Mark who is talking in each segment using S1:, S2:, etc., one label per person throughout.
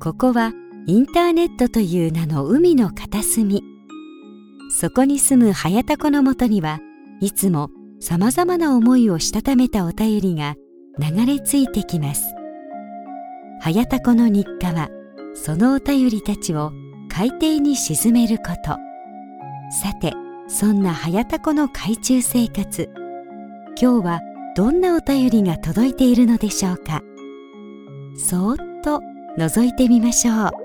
S1: ここはインターネットという名の海の片隅。そこに住むはやたこのもとにはいつもさまざまな思いをしたためたお便りが流れ着いてきます。はやたこの日課はそのお便りたちを海底に沈めること。さて、そんなはやたこの海中生活、今日はどんなお便りが届いているのでしょうか。そーっと覗いてみましょう。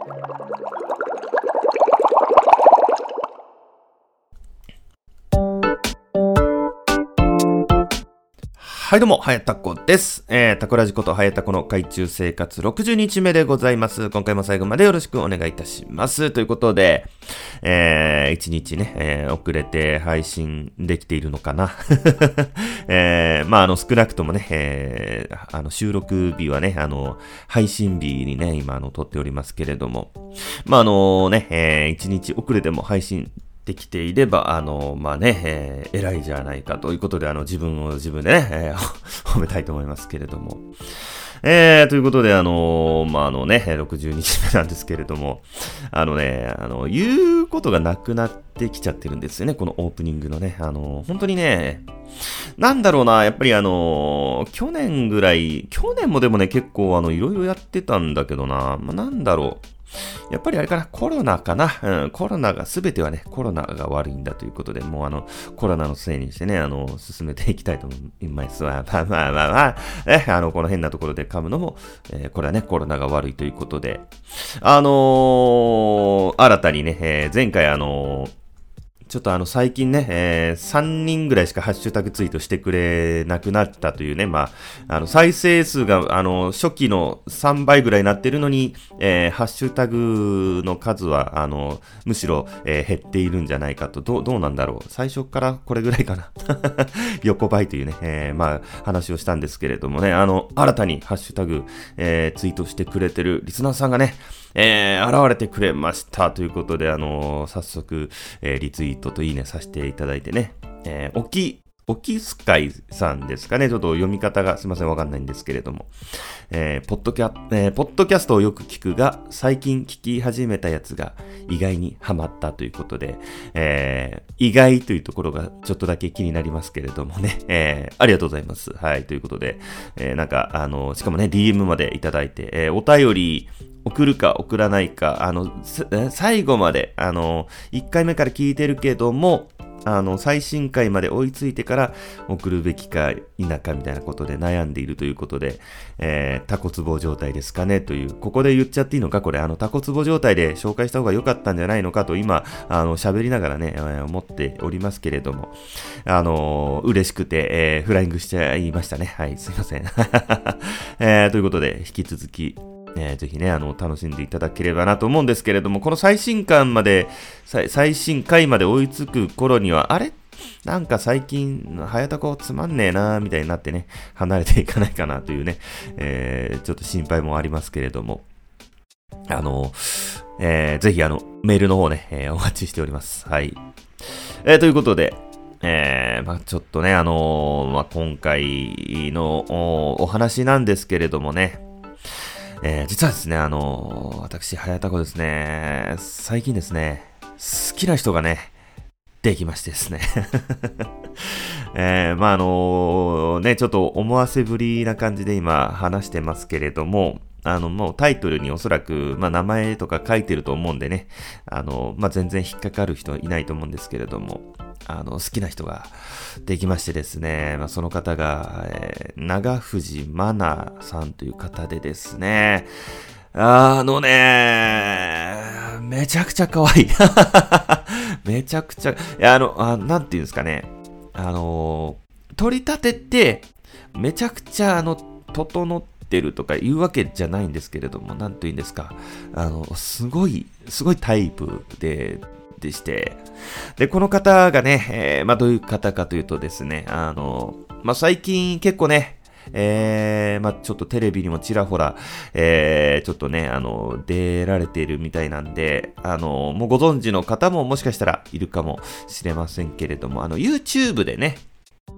S2: はい、どうも、はやたこです。タコラジことはやたこの海中生活60日目でございます。今回も最後までよろしくお願いいたします。ということで、1日ね、遅れて配信できているのかな。少なくともね、収録日はね、配信日にね、今、撮っておりますけれども、1日遅れても配信できていれば、偉いじゃないかということで、自分を自分でね、褒めたいと思いますけれども。ということで、60日目なんですけれども、言うことがなくなってきちゃってるんですよね、このオープニングのね。本当にね、なんだろうな、やっぱり去年もでもね、結構いろいろやってたんだけどな、なんだろう。やっぱりあれかな、コロナかな。コロナが、すべてはね、コロナが悪いんだということで、もうコロナのせいにしてね、進めていきたいと思います。この変なところで噛むのも、これはね、コロナが悪いということで、新たにね、前回ちょっと最近ね、3人ぐらいしかハッシュタグツイートしてくれなくなったというね、再生数が、初期の3倍ぐらいになってるのに、ハッシュタグの数は、むしろ、減っているんじゃないかと、どうなんだろう。最初からこれぐらいかな。横ばいというね、話をしたんですけれどもね、新たにハッシュタグ、ツイートしてくれてるリスナーさんがね、現れてくれましたということで、早速、リツイートといいねさせていただいてね、おきすかいさんですかね。ちょっと読み方がすいませんわかんないんですけれども、ポッドキャストをよく聞くが、最近聞き始めたやつが意外にハマったということで、意外というところがちょっとだけ気になりますけれどもね、ありがとうございます。はい、ということで、しかもね、DM までいただいて、お便り、送るか送らないか、最後まで、1回目から聞いてるけども、最新回まで追いついてから送るべきか否かみたいなことで悩んでいるということで、タコツボ状態ですかねという、ここで言っちゃっていいのかこれ、タコツボ状態で紹介した方が良かったんじゃないのかと今、喋りながらね、思っておりますけれども、嬉しくて、フライングしちゃいましたね。はい、すいません。ということで、引き続き、ぜひね、楽しんでいただければなと思うんですけれども、この最新回まで追いつく頃には、あれなんか最近、はやたこつまんねえなーみたいになってね、離れていかないかなというね、ちょっと心配もありますけれども、ぜひメールの方ね、お待ちしております。はい。ということで、ちょっとね、今回のお話なんですけれどもね、実はですね、私、はやたこですね、最近ですね、好きな人がね、できましてですね。ちょっと思わせぶりな感じで今話してますけれども、もうタイトルにおそらく、名前とか書いてると思うんでね、全然引っかかる人いないと思うんですけれども、好きな人ができましてですね、その方が、長藤まなさんという方でですね、めちゃくちゃ可愛い。めちゃくちゃ、なんていうんですかね、取り立てて、めちゃくちゃ、整ってるとかいうわけじゃないんですけれども、なんというんですか、すごいタイプでして、で、この方がね、どういう方かというとですね、最近結構ね、ちょっとテレビにもちらほら、ちょっとね、出られているみたいなんで、もうご存知の方ももしかしたらいるかもしれませんけれども、YouTube でね、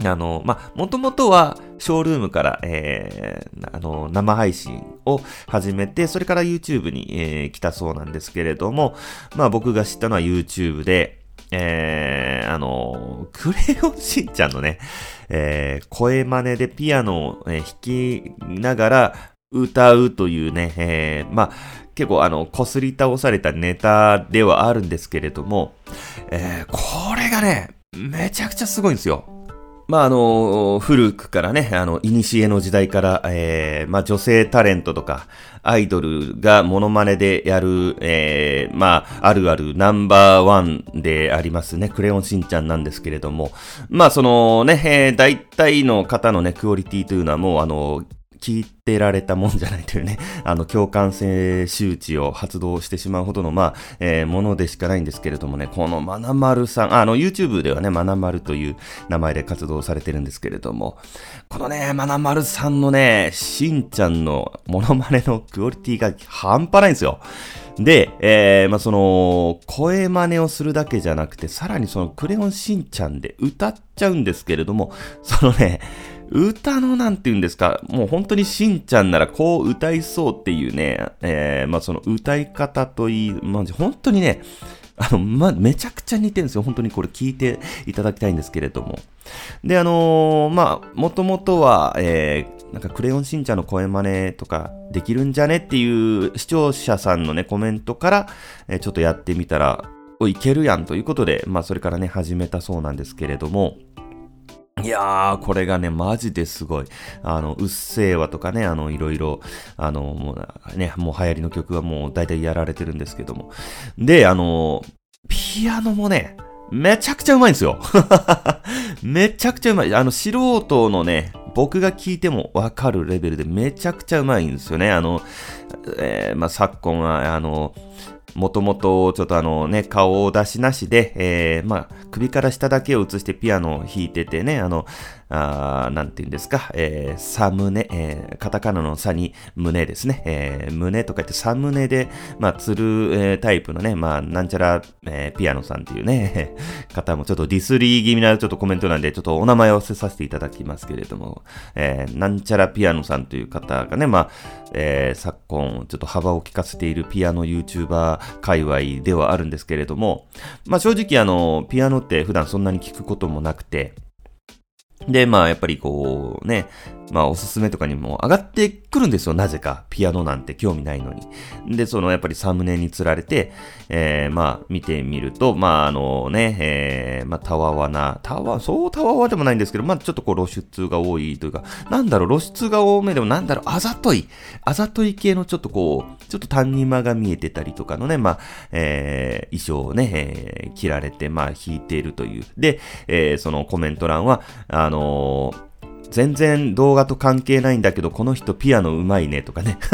S2: もともとはショールームから、生配信を始めて、それから YouTube に、来たそうなんですけれども、僕が知ったのは YouTube で、クレヨンしんちゃんのね、声真似でピアノを、弾きながら歌うというね、結構こすり倒されたネタではあるんですけれども、これがね、めちゃくちゃすごいんですよ。古くからね、古の時代から、女性タレントとか、アイドルがモノマネでやる、あるあるナンバーワンでありますね、クレヨンしんちゃんなんですけれども、大体の方のね、クオリティというのはもう聞いてられたもんじゃないというね、共感性周知を発動してしまうほどの、ものでしかないんですけれどもね、このまなまるさん、YouTube ではね、まなまるという名前で活動されてるんですけれども、このね、まなまるさんのね、しんちゃんのモノマネのクオリティが半端ないんですよ。で、声真似をするだけじゃなくて、さらにクレヨンしんちゃんで歌っちゃうんですけれども、歌のなんて言うんですか、もう本当にしんちゃんならこう歌いそうっていうね、歌い方といい、本当にね、めちゃくちゃ似てるんですよ。本当にこれ聞いていただきたいんですけれども。で、もともとは、クレヨンしんちゃんの声真似とかできるんじゃねっていう視聴者さんのね、コメントから、ちょっとやってみたら、いけるやんということで、それからね、始めたそうなんですけれども、いやー、これがね、マジですごい。うっせぇわとかね、いろいろ、もう流行りの曲はもう大体やられてるんですけども。で、ピアノもね、めちゃくちゃうまいんですよ。めちゃくちゃうまい。素人のね、僕が聞いてもわかるレベルでめちゃくちゃうまいんですよね。昨今は、もともとちょっと顔を出しなしで、首から下だけを映してピアノを弾いててね、なんて言うんですか、サムネ、カタカナのサに胸ですね、胸とか言ってサムネで、釣る、タイプのね、なんちゃら、ピアノさんっていうね、方もちょっとディスリー気味なちょっとコメントなんで、ちょっとお名前を伏せさせていただきますけれども、なんちゃらピアノさんという方がね、昨今ちょっと幅を利かせているピアノ YouTuber 界隈ではあるんですけれども、正直ピアノって普段そんなに聞くこともなくて、で、やっぱりこうね、おすすめとかにも上がってくるんですよ、なぜか。ピアノなんて興味ないのに。で、やっぱりサムネに釣られて、見てみると、たわわな、そうたわわでもないんですけど、ちょっと露出が多いというか、露出が多めでもあざとい系のちょっと谷間が見えてたりとかのね、衣装をね、着られて、弾いているという。で、そのコメント欄は、全然動画と関係ないんだけど、この人ピアノうまいねとかね。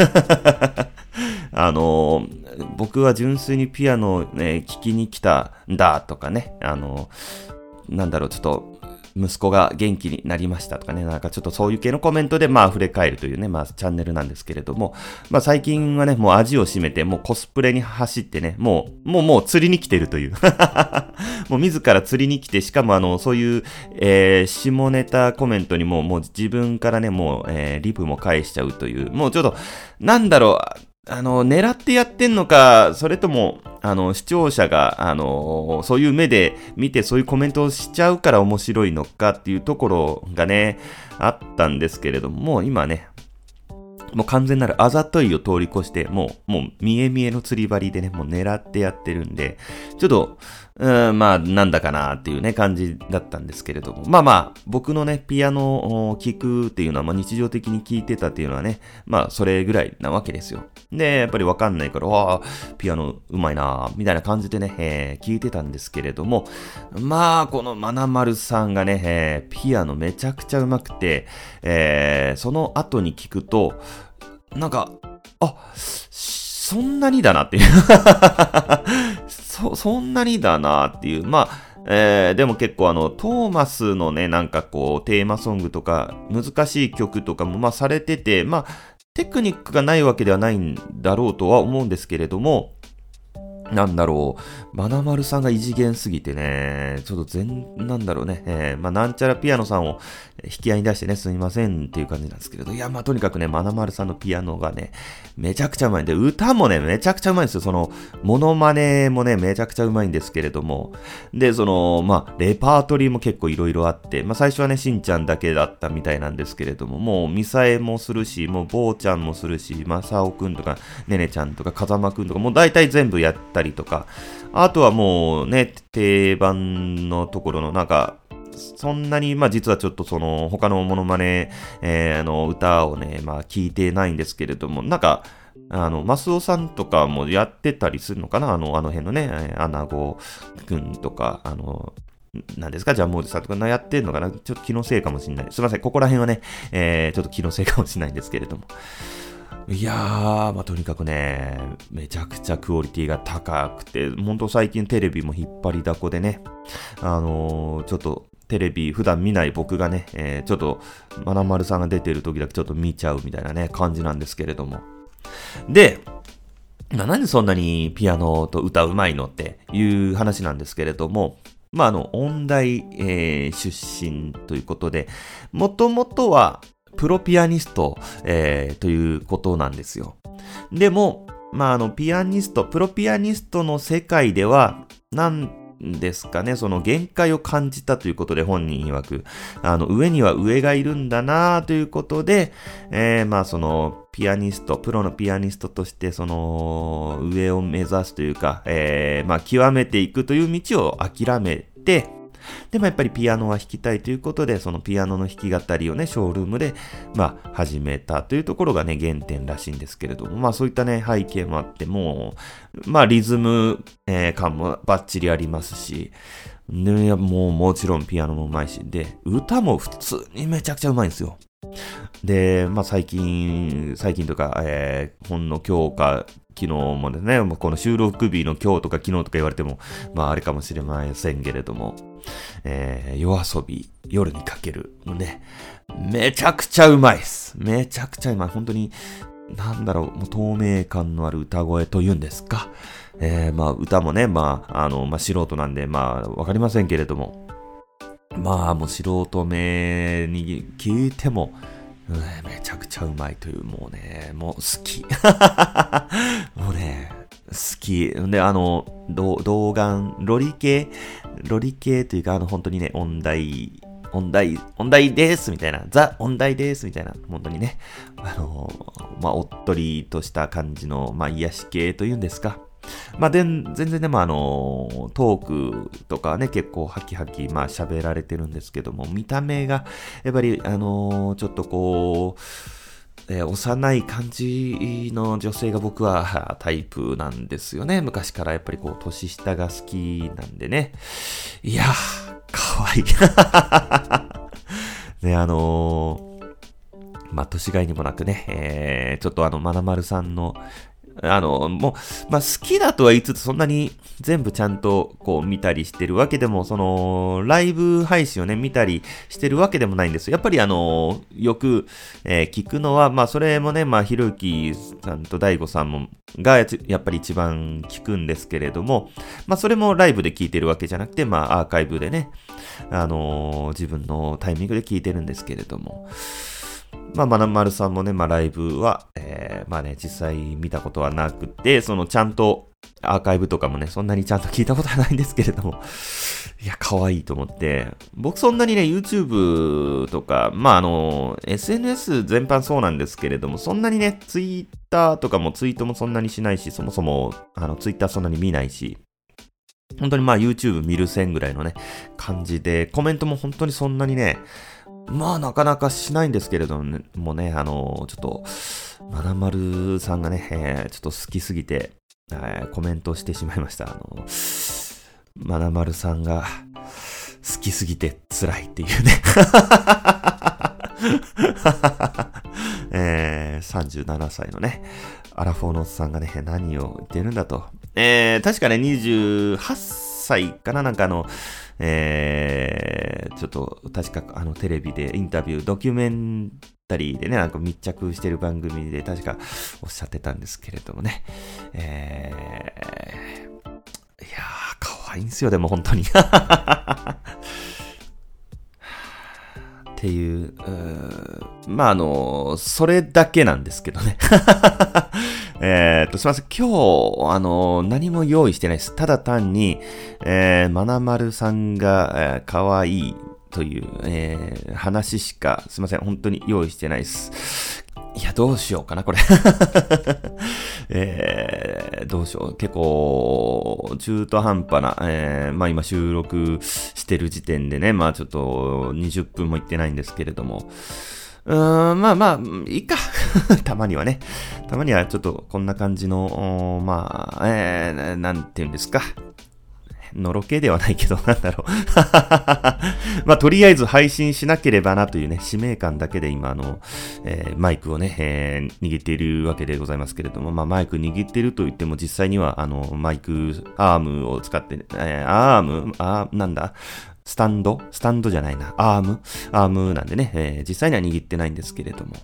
S2: 僕は純粋にピアノをね、聴きに来たんだとかね。ちょっと、息子が元気になりましたとかね、ちょっとそういう系のコメントで触れ返るというね、チャンネルなんですけれども、最近はね、もう味を占めて、もうコスプレに走ってね、もう釣りに来てるという。もう自ら釣りに来て、しかもそういう、下ネタコメントにもう自分からね、もう、リプも返しちゃうという、もうちょっと、狙ってやってんのか、それとも、視聴者が、そういう目で見てそういうコメントをしちゃうから面白いのかっていうところがね、あったんですけれども、もう今ね、もう完全なるあざといを通り越して、もう見え見えの釣り針でね、もう狙ってやってるんで、ちょっと、なんだかなっていうね、感じだったんですけれども。僕のね、ピアノを聴くっていうのは、日常的に聴いてたっていうのはね、それぐらいなわけですよ。で、やっぱりわかんないから、ピアノうまいなみたいな感じでね、聴いてたんですけれども、このまなまるさんがね、ピアノめちゃくちゃうまくて、その後に聞くと、そんなにだなっていうそんなにだなっていう。でも結構トーマスのね、テーマソングとか、難しい曲とかもされてて、テクニックがないわけではないんだろうとは思うんですけれども、 なんだろう、まなまるさんが異次元すぎてね、ちょっとなんだろうね、なんちゃらピアノさんを引き合いに出してね、すみませんっていう感じなんですけれど、いや、とにかくね、まなまるさんのピアノがね、めちゃくちゃうまいんで、歌もね、めちゃくちゃうまいんですよ。その、モノマネもね、めちゃくちゃうまいんですけれども、で、その、レパートリーも結構いろいろあって、最初はね、しんちゃんだけだったみたいなんですけれども、もう、みさえもするし、もう、ぼうちゃんもするし、まさおくんとか、ねねちゃんとか、かざまくんとか、もう大体全部やったりとか、あとはもうね、定番のところのなんか、そんなに、実はちょっとその、他のモノマネ、歌をね、聞いてないんですけれども、なんか、マスオさんとかもやってたりするのかな、あの辺のね、アナゴくんとか、何ですか、ジャムおじさんとかやってんのかな、ちょっと気のせいかもしれない。すいません、ここら辺はね、ちょっと気のせいかもしれないんですけれども。いやー、とにかくね、めちゃくちゃクオリティが高くて、ほんと最近テレビも引っ張りだこでね、ちょっとテレビ普段見ない僕がね、ちょっとまなまるさんが出てる時だけちょっと見ちゃうみたいなね、感じなんですけれども。で、なんでそんなにピアノと歌うまいのっていう話なんですけれども、音大、出身ということで、もともとはプロピアニスト、ということなんですよ。でも、プロピアニストの世界では、なんですかね、その限界を感じたということで本人曰く、上には上がいるんだなということで、その、プロのピアニストとして、その、上を目指すというか、極めていくという道を諦めて、でもやっぱりピアノは弾きたいということで、そのピアノの弾き語りをね、ショールームで、始めたというところがね、原点らしいんですけれども、そういったね、背景もあって、もう、リズム、感もバッチリありますし、ね、もちろんピアノもうまいし、で、歌も普通にめちゃくちゃうまいんですよ。で、最近とか、ほんの今日か、昨日もですね、この収録日の今日とか昨日とか言われても、あれかもしれませんけれども、夜遊び、夜にかけるのね、めちゃくちゃうまいです。めちゃくちゃうまい。本当に、もう透明感のある歌声というんですか。歌もね、素人なんで、わかりませんけれども、もう素人目に聞いても、めちゃくちゃうまいという、もうね、もう好き。もうね、好き。で、童顔、ロリ系というか、本当にね、音大ですみたいな、ザ音大ですみたいな、本当にね、おっとりとした感じの、癒し系というんですか。全然でもトークとかね、結構ハキハキ、喋られてるんですけども、見た目が、やっぱり、ちょっとこう、幼い感じの女性が僕はタイプなんですよね。昔からやっぱりこう、年下が好きなんでね。いやー、かわいい。ね、年がいにもなくね、ちょっとまなまるさんの、もう、好きだとは言いつつ、そんなに全部ちゃんとこう見たりしてるわけでも、その、ライブ配信をね、見たりしてるわけでもないんですよ。やっぱりよく、聞くのは、それもね、ひろゆきさんと大悟さんも、がやっぱり一番聞くんですけれども、それもライブで聞いてるわけじゃなくて、アーカイブでね、自分のタイミングで聞いてるんですけれども、まなまるさんもね、ライブは、実際見たことはなくて、そのちゃんとアーカイブとかもね、そんなにちゃんと聞いたことはないんですけれども、いや、可愛いと思って、僕そんなにね、YouTube とか、SNS 全般そうなんですけれども、そんなにね、Twitter とかもツイートもそんなにしないし、そもそも、Twitter そんなに見ないし、本当にYouTube 見る線ぐらいのね、感じで、コメントも本当にそんなにね、なかなかしないんですけれどもね、ちょっと、まなまるさんがね、ちょっと好きすぎて、コメントしてしまいました。まなまるさんが好きすぎて辛いっていうね。37歳のね、アラフォーのおっさんがね、何を言ってるんだと。確かね、28歳かな、ちょっと、確かテレビでインタビュー、ドキュメンタリーでね、密着してる番組で確かおっしゃってたんですけれどもね。 怖いんですよ、でも本当に。っていう、まあ、それだけなんですけどね。すみません。今日、何も用意してないです。ただ単に、まなまるさんが、可愛いという、話しか、すみません。本当に用意してないです。いや、どうしようかな、これ。どうしよう。結構、中途半端な、まあ今収録してる時点でね、まあちょっと20分もいってないんですけれども、まあ、いいか。たまにはね。たまにはちょっとこんな感じの、まあ、なんていうんですか。のろけではないけど、なんだろう。まあ、とりあえず配信しなければなというね、使命感だけで今、マイクをね、握っているわけでございますけれども、まあ、マイク握っていると言っても、実際には、マイクアームを使って、なんだスタンドじゃないな。アームなんでね、実際には握ってないんですけれども。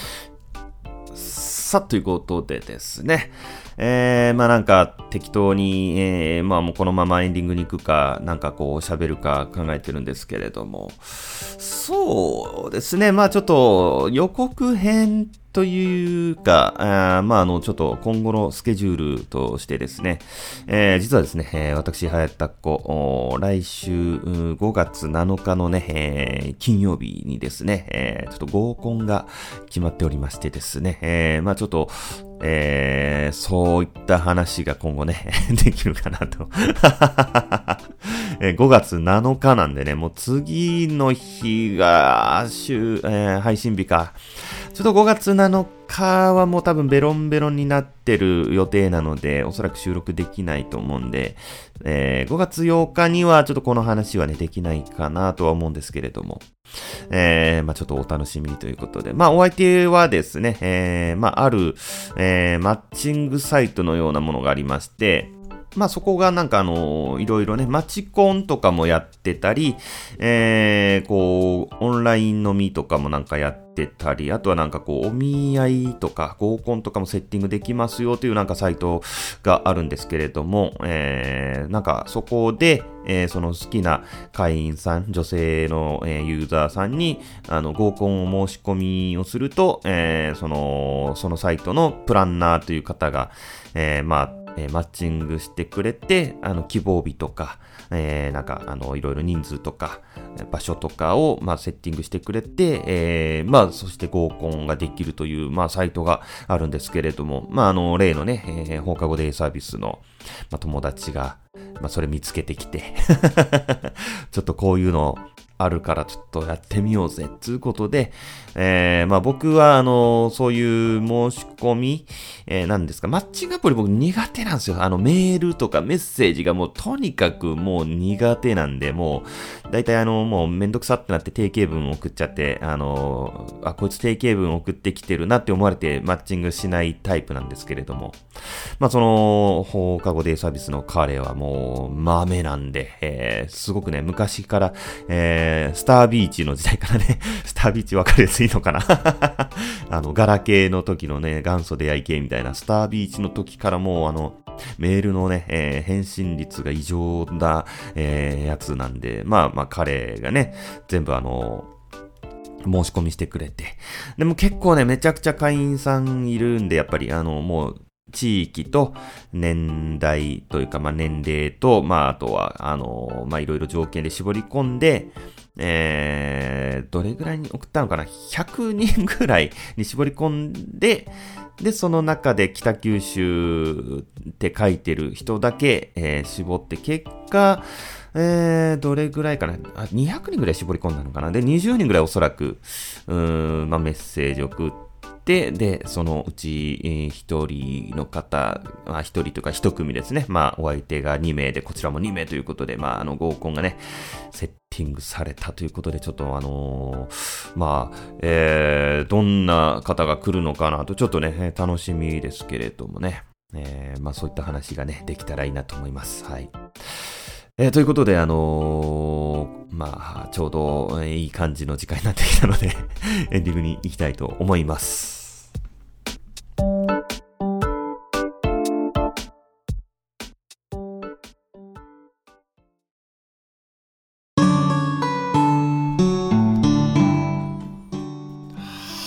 S2: さあ、ということでですね。まあなんか適当に、まあもうこのままエンディングに行くか、なんかこう喋るか考えてるんですけれども。そうですね。まあちょっと予告編というか、まあちょっと今後のスケジュールとしてですね、実はですね、私、はやたっこ、来週5月7日のね、金曜日にですね、ちょっと合コンが決まっておりましてですね、まあちょっと、そういった話が今後ね、できるかなと。5月7日なんでね、もう次の日が配信日か。ちょっと5月7日はもう多分ベロンベロンになってる予定なので、おそらく収録できないと思うんで、5月8日にはちょっとこの話はね、できないかなとは思うんですけれども、まあちょっとお楽しみにということで、まあお相手はですね、まあある、マッチングサイトのようなものがありまして、まあそこがなんかいろいろね、マチコンとかもやってたり、こう、オンライン飲みとかもなんかやってたり、あとはなんかこう、お見合いとか合コンとかもセッティングできますよというなんかサイトがあるんですけれども、なんかそこで、その好きな会員さん、女性の、ユーザーさんに、合コンを申し込みをすると、そのサイトのプランナーという方が、まあ、マッチングしてくれて、希望日とか、なんか、いろいろ人数とか、場所とかを、まあ、セッティングしてくれて、まあ、そして合コンができるという、まあ、サイトがあるんですけれども、まあ、例のね、放課後デイサービスの、まあ、友達が、まあ、それ見つけてきて、ちょっとこういうのあるからちょっとやってみようぜ、ということで、まあ僕はそういう申し込み、なんですか、マッチングアプリ僕苦手なんですよ。メールとかメッセージがもうとにかくもう苦手なんで、もう、だいたいもうめんどくさってなって定型文送っちゃって、こいつ定型文送ってきてるなって思われてマッチングしないタイプなんですけれども、まあその、放課後デイサービスの彼はもう豆なんで、すごくね、昔から、スタービーチの時代からね、スタービーチ分かりやすいのかなガラケーの時のね、元祖出会い系みたいな、スタービーチの時からもうメールのね、返信率が異常な、やつなんで、まあ彼がね、全部申し込みしてくれて。でも結構ね、めちゃくちゃ会員さんいるんで、やっぱりもう、地域と年代というか、まあ、年齢と、まあ、あとは、まあ、いろいろ条件で絞り込んで、どれぐらいに送ったのかな ?100 人ぐらいに絞り込んで、で、その中で北九州って書いてる人だけ、絞って、結果、どれぐらいかな200人ぐらい絞り込んだのかなで、20人ぐらいおそらく、まあ、メッセージ送って、で、そのうち、一人の方、一人というか一組ですね。まあ、お相手が2名で、こちらも2名ということで、まあ、合コンがね、セッティングされたということで、ちょっとまあ、どんな方が来るのかなと、ちょっとね、楽しみですけれどもね。まあ、そういった話がね、できたらいいなと思います。はい。ということで、まあ、ちょうどいい感じの時間になってきたので、エンディングに行きたいと思います。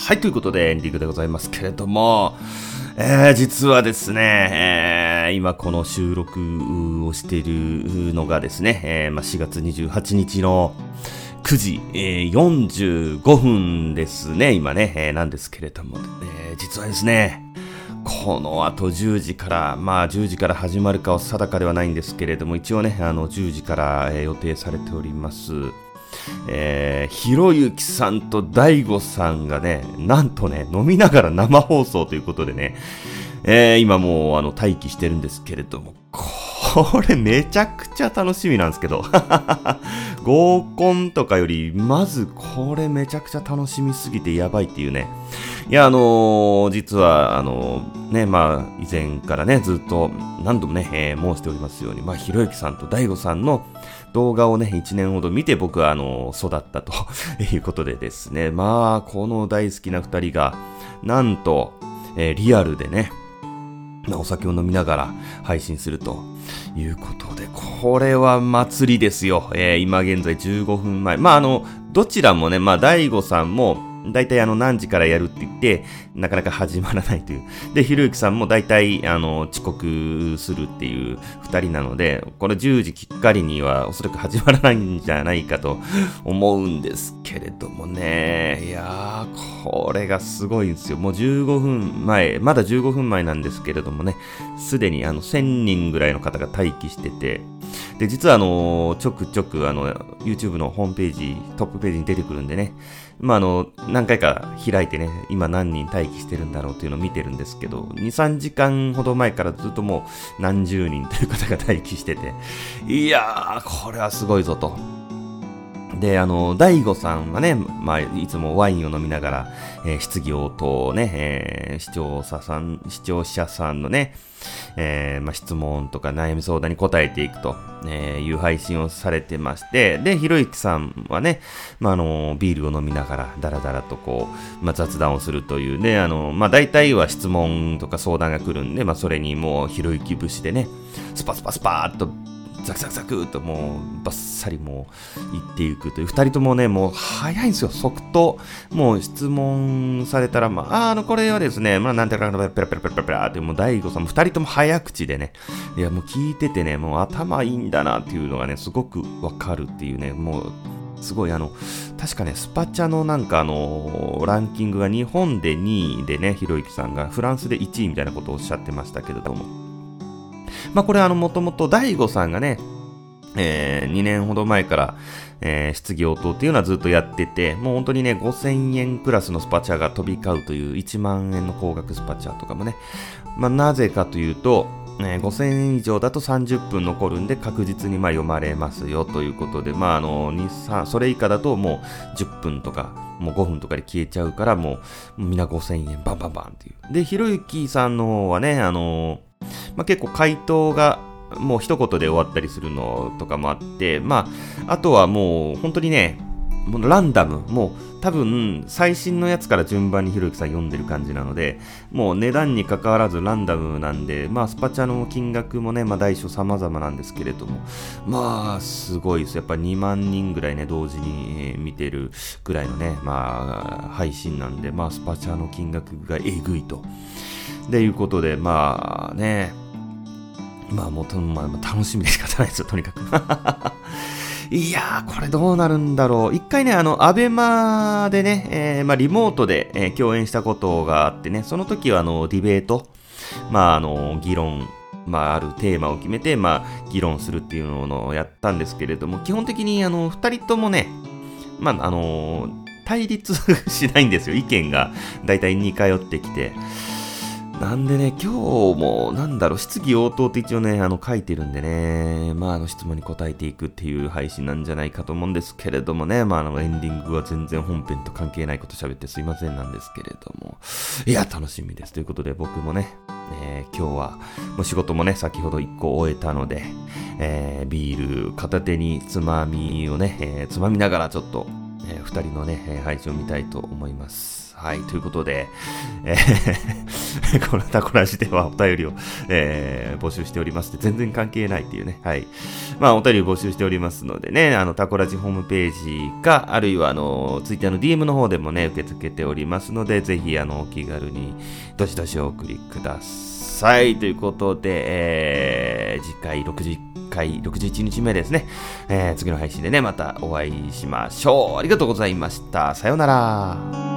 S2: はい、ということでエンディングでございますけれども、実はですね、今この収録をしているのがですね、4月28日の9時、45分ですね、今ね、なんですけれども、実はですね、この後10時から、10時から始まるかは定かではないんですけれども、一応ね、10時から、予定されております。ひろゆきさんと大悟さんがね、なんとね、飲みながら生放送ということでね、今もう待機してるんですけれども、これめちゃくちゃ楽しみなんですけど合コンとかよりまずこれめちゃくちゃ楽しみすぎてやばいっていうね。いや実は以前からねずっと何度もね、申しておりますように、ひろゆきさんと大悟さんの動画をね1年ほど見て僕は育ったということでですね、この大好きな2人がなんと、リアルでねお酒を飲みながら配信するということで、これは祭りですよ。今現在15分前。どちらもね、大悟さんもだいたい何時からやるって言って、なかなか始まらないという。で、ひろゆきさんもだいたい遅刻するっていう二人なので、これ10時きっかりにはおそらく始まらないんじゃないかと思うんですけれどもね。いやー、これがすごいんですよ。もう15分前、まだ15分前なんですけれどもね、すでに1000人ぐらいの方が待機してて、で、実はちょくちょくYouTube のホームページ、トップページに出てくるんでね、何回か開いてね、今何人待機してるんだろうというのを見てるんですけど、2、3時間ほど前からずっともう何十人という方が待機してて、いやー、これはすごいぞと。で、大悟さんはね、いつもワインを飲みながら、質疑応答をね、視聴者さんのね、質問とか悩み相談に答えていくと、いう配信をされてまして、で、ひろゆきさんはね、ビールを飲みながらダラダラと雑談をするというね、大体は質問とか相談が来るんで、それにもうひろゆき節でね、スパスパスパーっとザクザクザクともうバッサリもう言っていくという、二人ともねもう早いんですよ。即答、もう質問されたらこれはですねなんていうかペラペラペラペラってもう大悟さんも二人とも早口でね、いやもう聞いててねもう頭いいんだなっていうのがねすごくわかるっていうね、もうすごい確かねスパチャのランキングが日本で2位でね、ひろゆきさんがフランスで1位みたいなことをおっしゃってましたけれども、これもともと大悟さんがね、2年ほど前から、質疑応答っていうのはずっとやってて、もう本当にね、5000円クラスのスパチャが飛び交うという1万円の高額スパチャとかもね、なぜかというと、5000円以上だと30分残るんで確実に読まれますよということで、それ以下だともう10分とか、もう5分とかで消えちゃうから、もうみんな5000円バンバンバンっていう。で、ひろゆきさんの方はね、結構回答がもう一言で終わったりするのとかもあって、あとはもう本当にね、もうランダム、もう多分最新のやつから順番にひろゆきさん読んでる感じなので、もう値段に関わらずランダムなんで、スパチャの金額もね、大小様々なんですけれども、すごいです。やっぱ2万人ぐらいね、同時に見てるぐらいのね、配信なんで、スパチャの金額がえぐいと。でいうことで、もう楽しみで仕方ないですよ、とにかく。いやー、これどうなるんだろう。一回ね、アベマでね、リモートで、共演したことがあってね、その時はディベート、議論、あるテーマを決めて、議論するっていうのをやったんですけれども、基本的に二人ともね、対立しないんですよ。意見がだいたい似通ってきて。なんでね、今日も、質疑応答って一応ね、書いてるんでね、質問に答えていくっていう配信なんじゃないかと思うんですけれどもね、エンディングは全然本編と関係ないこと喋ってすいませんなんですけれども、いや、楽しみです。ということで、僕もね、今日は、もう仕事もね、先ほど1個終えたので、ビール片手につまみをね、つまみながらちょっと、2人のね、配信を見たいと思います。はい、ということで、 このタコラジではお便りを、募集しておりまして、全然関係ないっていうね。はい。まあ、お便りを募集しておりますのでね、タコラジホームページか、あるいは、ツイッターの DM の方でもね、受け付けておりますので、ぜひ、お気軽に、どしどしお送りください。ということで、次回61日目ですね。次の配信でね、またお会いしましょう。ありがとうございました。さようなら。